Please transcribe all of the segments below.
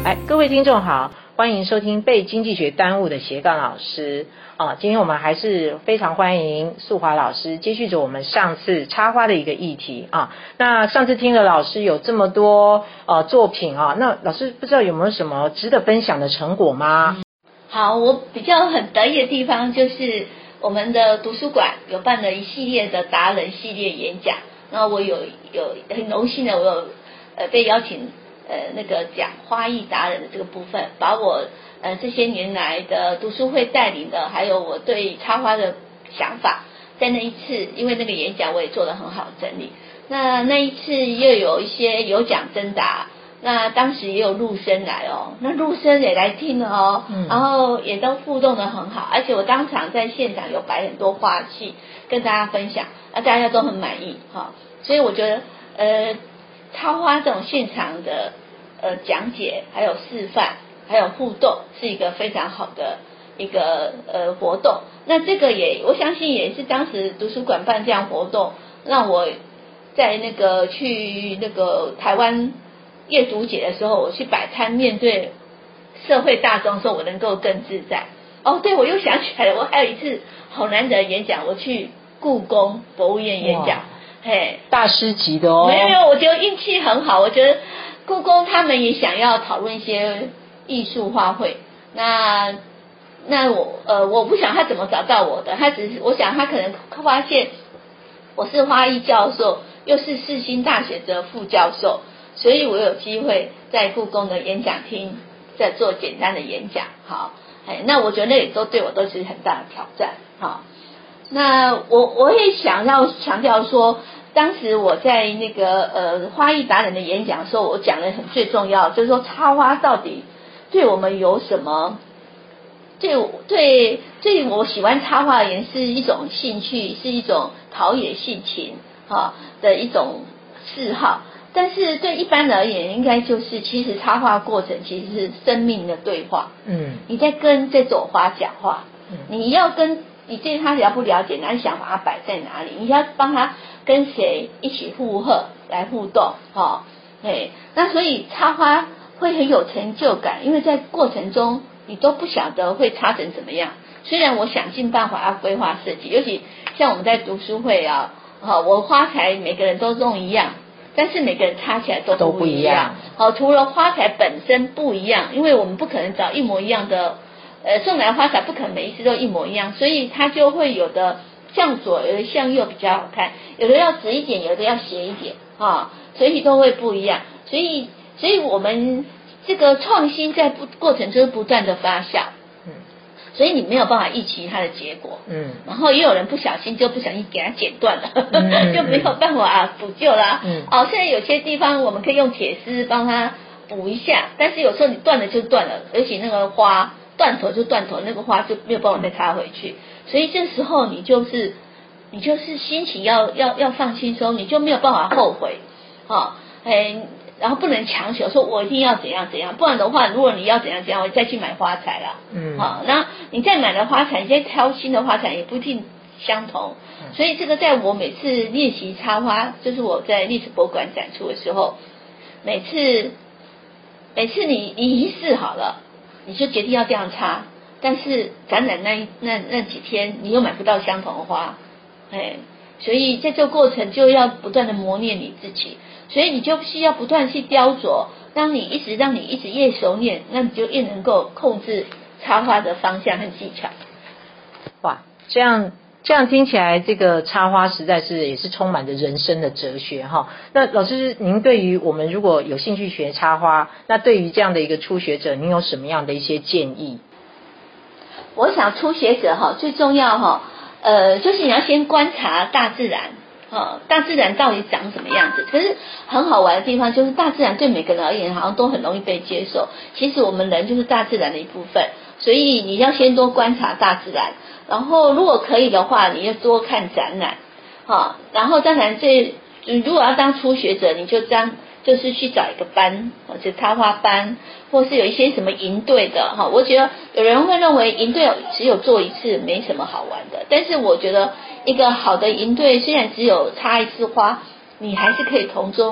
各位听众好，欢迎收听被经济学耽误的斜杠老师今天我们还是非常欢迎素华老师接续着我们上次插花的一个议题那上次听了老师有这么多作品那老师不知道有没有什么值得分享的成果吗？ 好，我比较很得意的地方就是我们的图书馆有办了一系列的达人系列演讲，那我有很荣幸的我有被邀请那个讲花艺达人的这个部分，把我这些年来的读书会带领的，还有我对插花的想法，在那一次因为那个演讲我也做了很好的整理，那一次又有一些有奖征答，那当时也有陆生来那陆生也来听了然后也都互动得很好，而且我当场在现场有摆很多花器跟大家分享，大家都很满意所以我觉得插花这种现场的讲解还有示范还有互动是一个非常好的一个活动，那这个我相信也是当时图书馆办这样活动，让我在那个去那个台湾阅读节的时候，我去摆摊面对社会大众的时候，我能够更自在。对，我又想起来了，我还有一次好难得的演讲，我去故宫博物院演讲， 大师级的没有，我觉得运气很好。我觉得故宫他们也想要讨论一些艺术花卉，那我不想他怎么找到我的，他只是我想他可能发现我是花艺教授，又是世新大学的副教授，所以我有机会在故宫的演讲厅在做简单的演讲。那我觉得那也对我都是很大的挑战。那我也想要强调说，当时我在那个花艺达人的演讲的时候，我讲的最重要就是说插花到底对我们有什么，对我喜欢插花而言是一种兴趣，是一种陶冶性情的一种嗜好，但是对一般人而言应该就是其实插花过程其实是生命的对话。你在跟这朵花讲话，你对他了不了解，那你想把它摆在哪里，你要帮他跟谁一起附和来互动那所以插花会很有成就感，因为在过程中你都不晓得会插成怎么样，虽然我想尽办法要规划设计，尤其像我们在读书会我花材每个人都用一样，但是每个人插起来都不一样除了花材本身不一样，因为我们不可能找一模一样的送来的花材不可能每一次都一模一样，所以它就会有的向左，有的向右比较好看，有的要直一点，有的要斜一点所以都会不一样，所以我们这个创新在过程中不断的发酵所以你没有办法预期它的结果然后也有人不小心给它剪断了就没有办法补救啦现在有些地方我们可以用铁丝帮它补一下，但是有时候你断了就断了，而且那个花断头就断头，那个花就没有办法再插回去，所以这时候你就是心情要放轻松，你就没有办法后悔然后不能强求说我一定要怎样怎样，不然的话如果你要怎样怎样我再去买花材啦然后你再买的花材，你再挑新的花材也不一定相同所以这个在我每次练习插花，就是我在历史博物馆展出的时候，每次你仪式好了，你就决定要这样插，但是展览那几天你又买不到相同的花所以在这个过程就要不断的磨练你自己，所以你就需要不断去雕琢，让你一直越熟练，那你就越能够控制插花的方向和技巧。 哇，这样听起来这个插花实在是也是充满着人生的哲学那老师您对于我们如果有兴趣学插花，那对于这样的一个初学者您有什么样的一些建议？ 我想初学者最重要就是你要先观察大自然大自然到底长什么样子。可是很好玩的地方就是大自然对每个人而言好像都很容易被接受，其实我们人就是大自然的一部分，所以你要先多观察大自然，然后如果可以的话你要多看展览然后当然如果要当初学者，你就是去找一个班，就插花班，或是有一些什么营队的我觉得有人会认为营队只有做一次没什么好玩的，但是我觉得一个好的营队虽然只有插一次花，你还是可以从中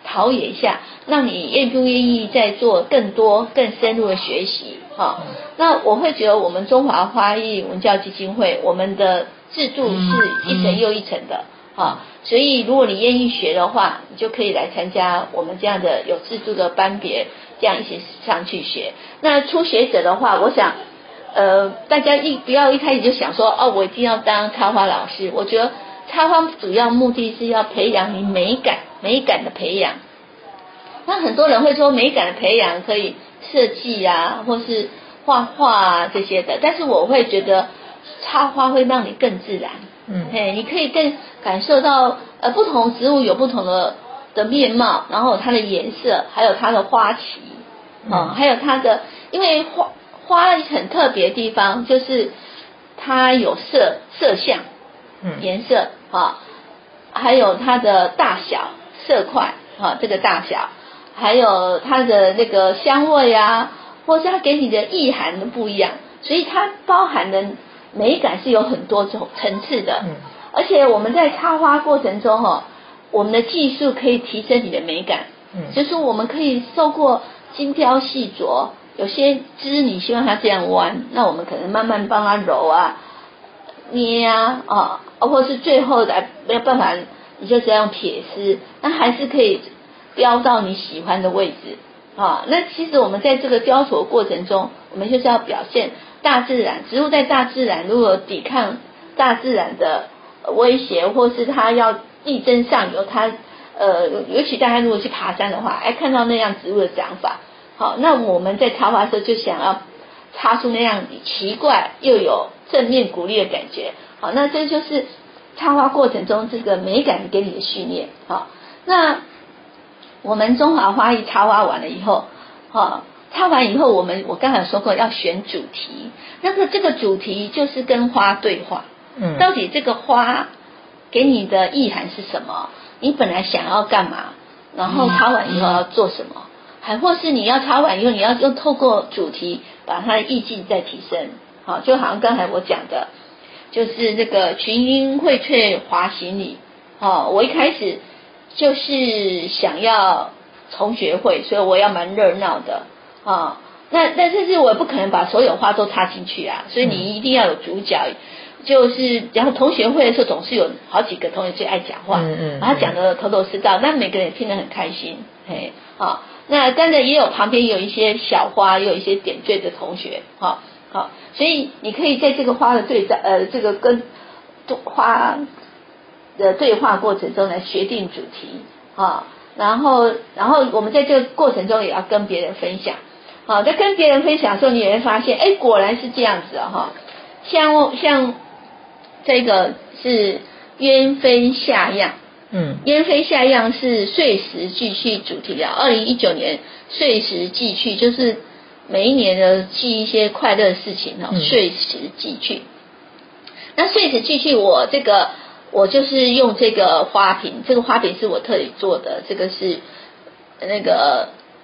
陶冶一下，让你愿不愿意再做更多更深入的学习哈。那我会觉得我们中华花艺文教基金会，我们的制度是一层又一层的哈，所以如果你愿意学的话，你就可以来参加我们这样的有制度的班别，这样一起上去学。那初学者的话，我想大家不要一开始就想说哦，我一定要当插花老师。我觉得插花主要目的是要培养你美感的培养。那很多人会说美感的培养可以设计啊，或是画画啊这些的，但是我会觉得插花会让你更自然。你可以更感受到不同植物有不同的面貌，然后它的颜色，还有它的花期，还有它的，因为花很特别的地方就是它有色相，颜色还有它的大小色块这个大小，还有它的那个香味啊，或是它给你的意涵都不一样，所以它包含的美感是有很多种层次的。而且我们在插花过程中我们的技术可以提升你的美感。就是我们可以受过精雕细琢，有些枝你希望它这样弯，那我们可能慢慢帮它揉啊捏啊或是最后的没有办法你就这样撇丝，那还是可以雕到你喜欢的位置那其实我们在这个雕琢过程中，我们就是要表现大自然，植物在大自然如果抵抗大自然的威胁，或是它要力争上游，它尤其大家如果去爬山的话，看到那样植物的长法，那我们在插花的时候就想要插出那样奇怪又有正面鼓励的感觉。那这就是插花过程中这个美感给你的训练。那我们中华花艺插花完了以后插完以后我刚才说过要选主题，那么这个主题就是跟花对话。到底这个花给你的意涵是什么？你本来想要干嘛？然后插完以后要做什么？还或是你要插完以后，你要用透过主题把它的意境再提升。就好像刚才我讲的，就是这个群英荟萃华行里。我一开始就是想要同学会，所以我要蛮热闹的那但是我也不可能把所有花都插进去啊，所以你一定要有主角。就是然后同学会的时候总是有好几个同学最爱讲话，他讲的头头是道，那每个人听得很开心。那当然也有旁边有一些小花，也有一些点缀的同学所以你可以在这个花的这个跟花的对话过程中来决定主题然后我们在这个过程中也要跟别人分享在跟别人分享的时候，你也会发现果然是这样子像这个是鸢飞下样，鸢飞下样是岁时记趣主题的。2019年岁时记趣就是每一年的记一些快乐的事情岁时记趣。那岁时记趣我就是用这个花瓶，这个花瓶是我特意做的，这个是那个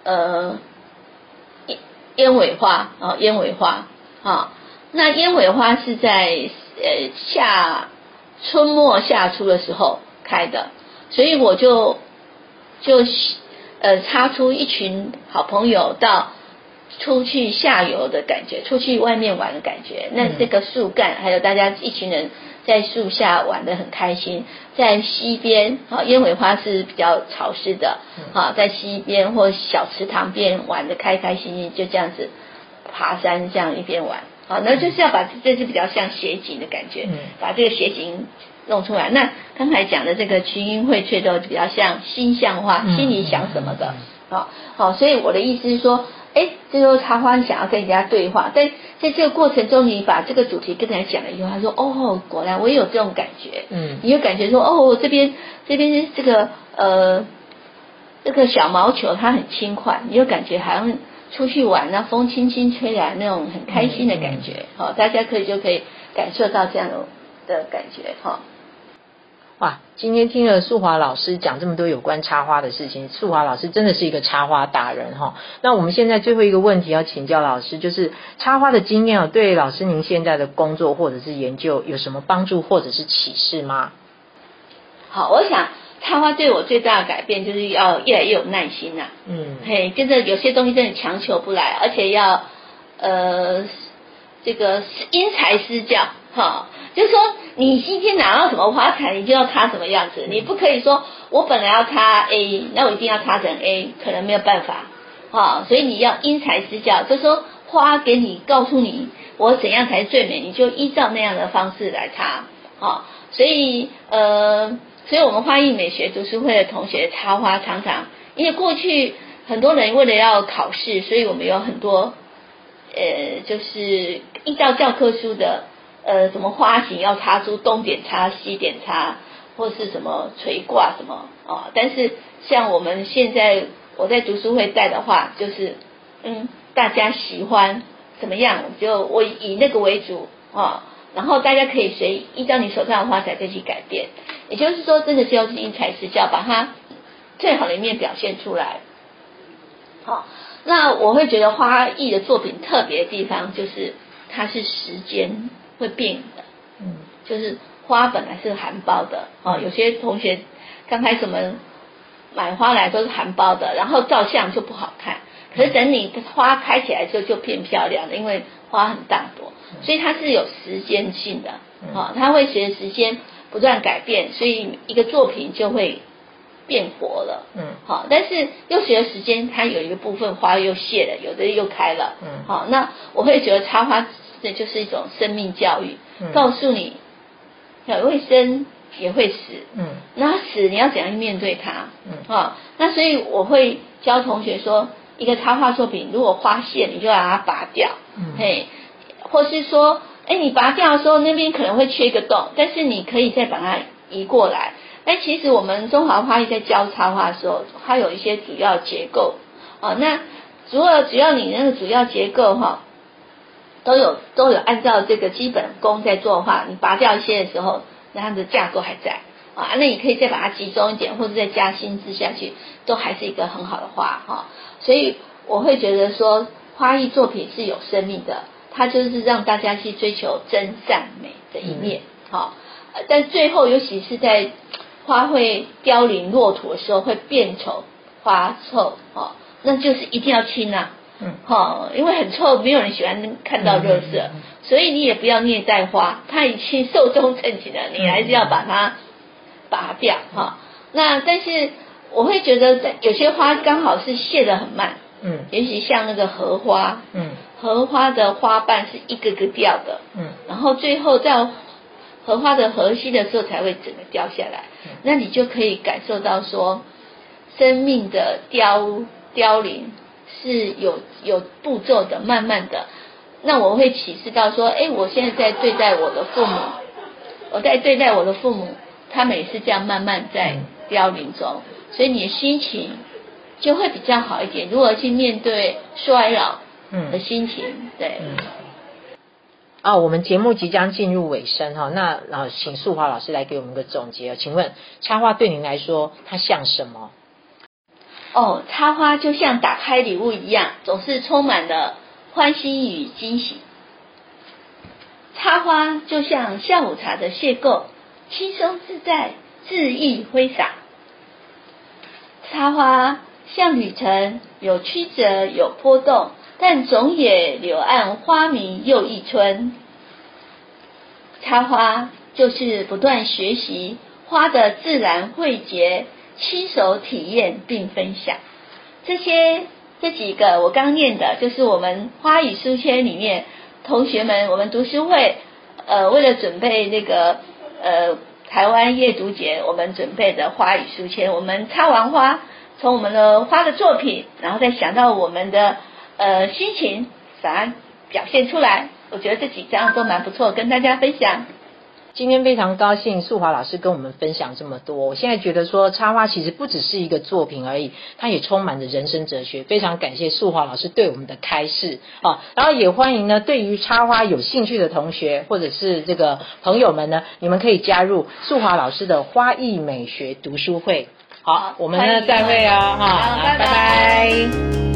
鸢尾花鸢尾花那鸢尾花是在春末夏初的时候开的，所以我就插出一群好朋友到出去下游的感觉，出去外面玩的感觉。那这个树干还有大家一群人在树下玩得很开心，在溪边鸢尾花是比较潮湿的在溪边或小池塘边玩得开开心心，就这样子爬山这样一边玩那就是要把这是比较像写景的感觉，把这个写景弄出来。那刚才讲的这个群英荟萃都比较像心象化，心里想什么的所以我的意思是说这时候插花想要跟人家对话，但在这个过程中你把这个主题跟人家讲了以后，他说果然我也有这种感觉你有感觉说这边这个这个小毛球它很轻快，你有感觉好像出去玩风轻轻吹来那种很开心的感觉大家就可以感受到这样的感觉哇，今天听了素华老师讲这么多有关插花的事情，素华老师真的是一个插花达人那我们现在最后一个问题要请教老师，就是插花的经验对老师您现在的工作或者是研究有什么帮助或者是启示吗？ 好，我想插花对我最大的改变就是要越来越有耐心啊。嘿，真的有些东西真的强求不来，而且要这个因材施教哈。就是说，你今天拿到什么花材，你就要插什么样子，你不可以说我本来要插 A， 那我一定要插成 A， 可能没有办法啊。所以你要因材施教，就是说花给你告诉你我怎样才是最美，你就依照那样的方式来插啊。所以我们花艺美学读书会的同学插花常常，因为过去很多人为了要考试，所以我们有很多就是依照教科书的什么花型要插出东点插西点插，或是什么垂挂什么啊。但是像我们现在我在读书会带的话，就是大家喜欢怎么样，就我以那个为主啊。然后大家可以依照你手上的花材再去改变，也就是说真的就是因材施教，把它最好的一面表现出来。好，那我会觉得花艺的作品特别的地方就是它是时间会变的，就是花本来是含苞的，有些同学刚开始我们买花来都是含苞的，然后照相就不好看，可是等你花开起来就变漂亮了，因为花很大朵，所以它是有时间性的，它会随着时间不断改变，所以一个作品就会变活了，好，但是又随着时间，它有一个部分花又谢了，有的又开了，好，那我会觉得插花这就是一种生命教育，告诉你也会生也会死，那死你要怎样面对它，那所以我会教同学说，一个插画作品如果花谢，你就把它拔掉，或是说你拔掉的时候那边可能会缺一个洞，但是你可以再把它移过来。但其实我们中华花艺在教插画的时候，它有一些主要结构那只要你那个主要结构都有按照这个基本功在做的话，你拔掉一些的时候，那它的架构还在那你可以再把它集中一点，或者再加心思下去，都还是一个很好的花所以我会觉得说，花艺作品是有生命的，它就是让大家去追求真善美的一面但最后尤其是在花会凋零落土的时候，会变丑花臭那就是一定要清因为很臭，没有人喜欢看到垃圾，所以你也不要虐待花，它已经寿终正寝了，你还是要把它拔掉那但是我会觉得有些花刚好是谢得很慢，尤其像那个荷花，荷花的花瓣是一个个掉的，然后最后在荷花的核心的时候才会整个掉下来，那你就可以感受到说生命的凋零是有步骤的，慢慢的。那我会启示到说我现在在对待我的父母，他们也是这样慢慢在凋零中，所以你的心情就会比较好一点，如何去面对衰老的心情对我们节目即将进入尾声那请素华老师来给我们个总结。请问插花对您来说它像什么？ 插花就像打开礼物一样，总是充满了欢欣与惊喜。插花就像下午茶的邂逅，轻松自在，恣意挥洒。插花像旅程，有曲折有波动，但总也柳暗花明又一春。插花就是不断学习花的自然慧结，亲手体验并分享。这几个我刚念的，就是我们花语书签里面同学们，我们读书会为了准备那个台湾阅读节，我们准备的花语书签。我们插完花，从我们的花的作品，然后再想到我们的心情，把它表现出来。我觉得这几张都蛮不错，跟大家分享。 今天非常高兴素华老师跟我们分享这么多，我现在觉得说插花其实不只是一个作品而已，它也充满着人生哲学。非常感谢素华老师对我们的开示然后也欢迎呢对于插花有兴趣的同学或者是这个朋友们呢，你们可以加入素华老师的花艺美学读书会。好，我们呢再会好，拜拜。